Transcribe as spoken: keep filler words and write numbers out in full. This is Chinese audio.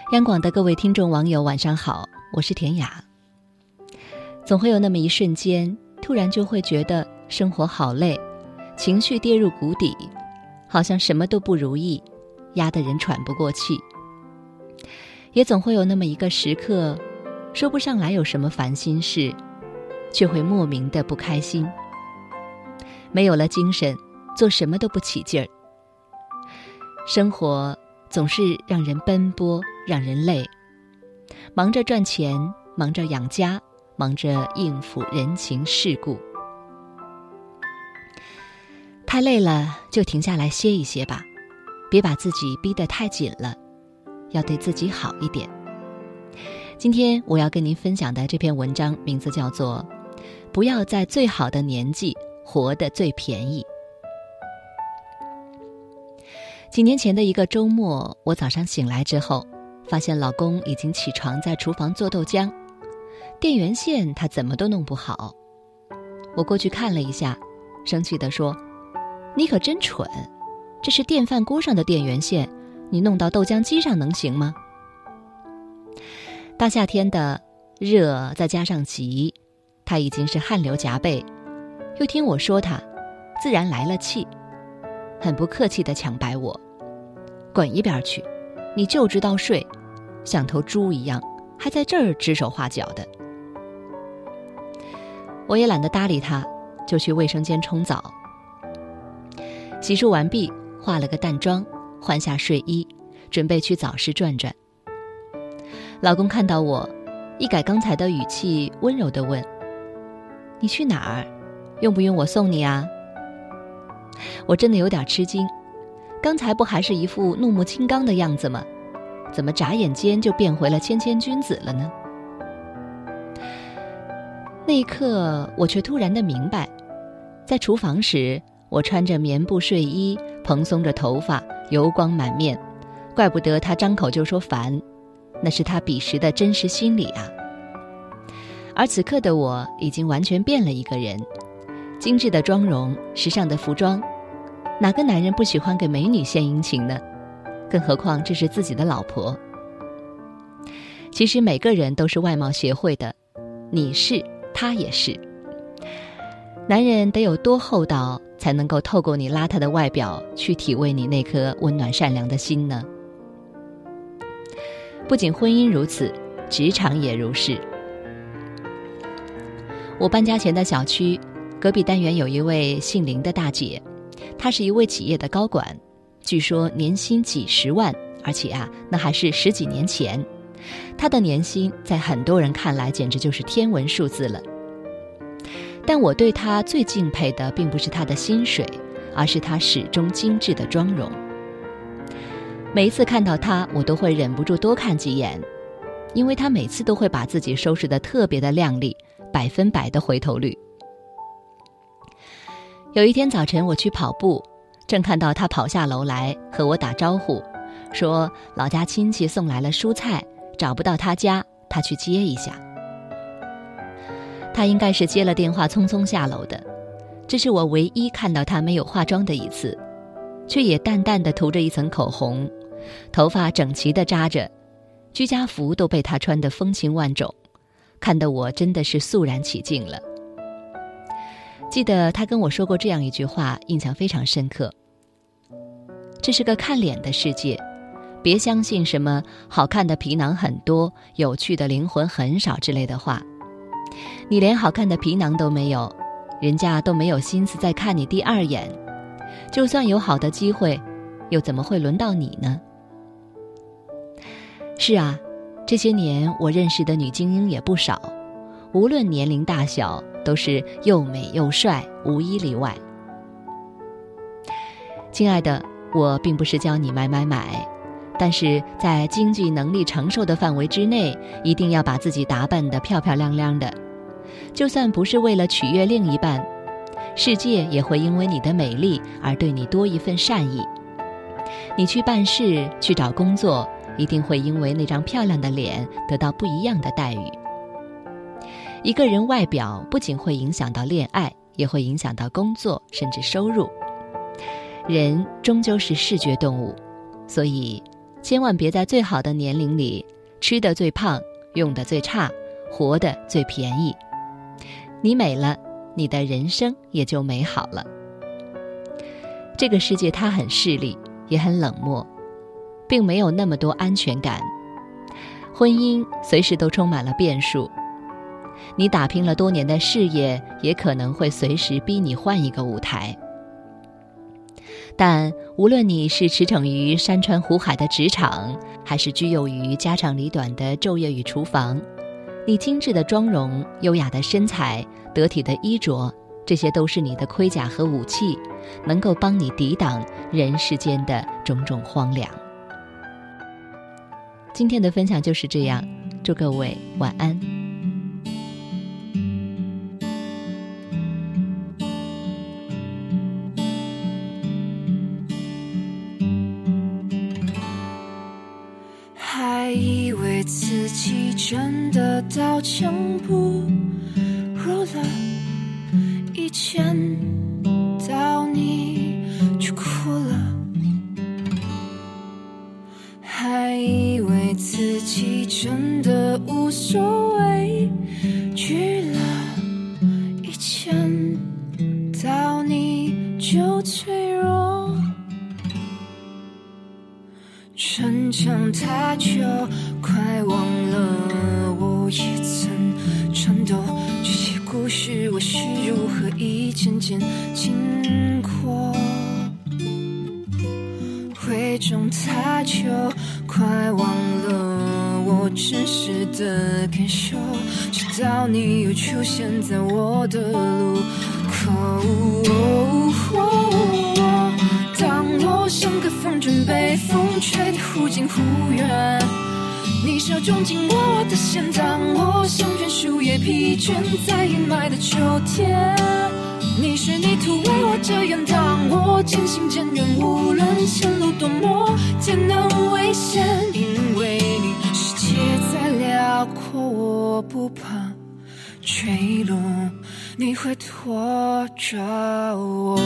央广的各位听众网友晚上好，我是田雅。总会有那么一瞬间，突然就会觉得生活好累，情绪跌入谷底，好像什么都不如意，压得人喘不过气。也总会有那么一个时刻，说不上来有什么烦心事，却会莫名的不开心。没有了精神，做什么都不起劲儿。生活总是让人奔波，让人累，忙着赚钱，忙着养家，忙着应付人情世故。太累了，就停下来歇一歇吧，别把自己逼得太紧了，要对自己好一点。今天我要跟您分享的这篇文章名字叫做《不要在最好的年纪活得最便宜》。几年前的一个周末，我早上醒来之后，发现老公已经起床在厨房做豆浆，电源线他怎么都弄不好。我过去看了一下，生气地说：你可真蠢，这是电饭锅上的电源线，你弄到豆浆机上能行吗？大夏天的热再加上急，他已经是汗流浃背，又听我说他，自然来了气，很不客气地抢白我：滚一边去，你就知道睡，像头猪一样，还在这儿指手画脚的。我也懒得搭理他，就去卫生间冲澡。洗漱完毕，化了个淡妆，换下睡衣，准备去早市转转。老公看到我，一改刚才的语气，温柔地问：你去哪儿？用不用我送你啊？我真的有点吃惊，刚才不还是一副怒目金刚的样子吗？怎么眨眼间就变回了谦谦君子了呢？那一刻，我却突然的明白，在厨房时，我穿着棉布睡衣，蓬松着头发，油光满面，怪不得他张口就说烦，那是他彼时的真实心理啊。而此刻的我已经完全变了一个人，精致的妆容，时尚的服装，哪个男人不喜欢给美女献殷勤呢？更何况这是自己的老婆。其实每个人都是外貌协会的，你是，他也是。男人得有多厚道，才能够透过你邋遢的外表去体味你那颗温暖善良的心呢？不仅婚姻如此，职场也如是。我搬家前的小区，隔壁单元有一位姓林的大姐，她是一位企业的高管，据说年薪几十万，而且啊，那还是十几年前。她的年薪在很多人看来简直就是天文数字了。但我对她最敬佩的并不是她的薪水，而是她始终精致的妆容。每一次看到她，我都会忍不住多看几眼，因为她每次都会把自己收拾得特别的靓丽，百分百的回头率。有一天早晨我去跑步，正看到她跑下楼来和我打招呼，说老家亲戚送来了蔬菜，找不到她家，她去接一下。她应该是接了电话匆匆下楼的，这是我唯一看到她没有化妆的一次，却也淡淡地涂着一层口红，头发整齐地扎着，居家服都被她穿得风情万种，看得我真的是肃然起敬了。记得她跟我说过这样一句话，印象非常深刻：这是个看脸的世界，别相信什么好看的皮囊很多，有趣的灵魂很少之类的话。你连好看的皮囊都没有，人家都没有心思再看你第二眼，就算有好的机会，又怎么会轮到你呢？是啊，这些年我认识的女精英也不少，无论年龄大小，都是又美又帅，无一例外。亲爱的，我并不是教你买买买，但是在经济能力承受的范围之内，一定要把自己打扮得漂漂亮亮的。就算不是为了取悦另一半，世界也会因为你的美丽而对你多一份善意。你去办事，去找工作，一定会因为那张漂亮的脸得到不一样的待遇。一个人外表不仅会影响到恋爱，也会影响到工作，甚至收入。人终究是视觉动物，所以千万别在最好的年龄里吃得最胖，用得最差，活得最便宜。你美了，你的人生也就美好了。这个世界它很势利，也很冷漠，并没有那么多安全感。婚姻随时都充满了变数，你打拼了多年的事业也可能会随时逼你换一个舞台。但无论你是驰骋于山川湖海的职场，还是居囿于家长里短的昼夜与厨房，你精致的妆容、优雅的身材、得体的衣着，这些都是你的盔甲和武器，能够帮你抵挡人世间的种种荒凉。今天的分享就是这样，祝各位晚安。 还以为自己真的刀枪不入了，一见到你就哭了，还以为自己真的无所畏惧了，一见到你就脆弱，逞强太久，快忘了我也曾颤抖，这些故事我是如何一件件经过。伪装太久，快忘了我真实的感受，直到你又出现在我的路口。当我像个风筝被风吹得忽近忽远，你手中紧握我的线，当我像片树叶疲倦在阴霾的秋天，你是泥土为我遮掩，当我渐行渐远，无论前路多么艰难危险，因为你世界再辽阔我不怕坠落，你会拖着我。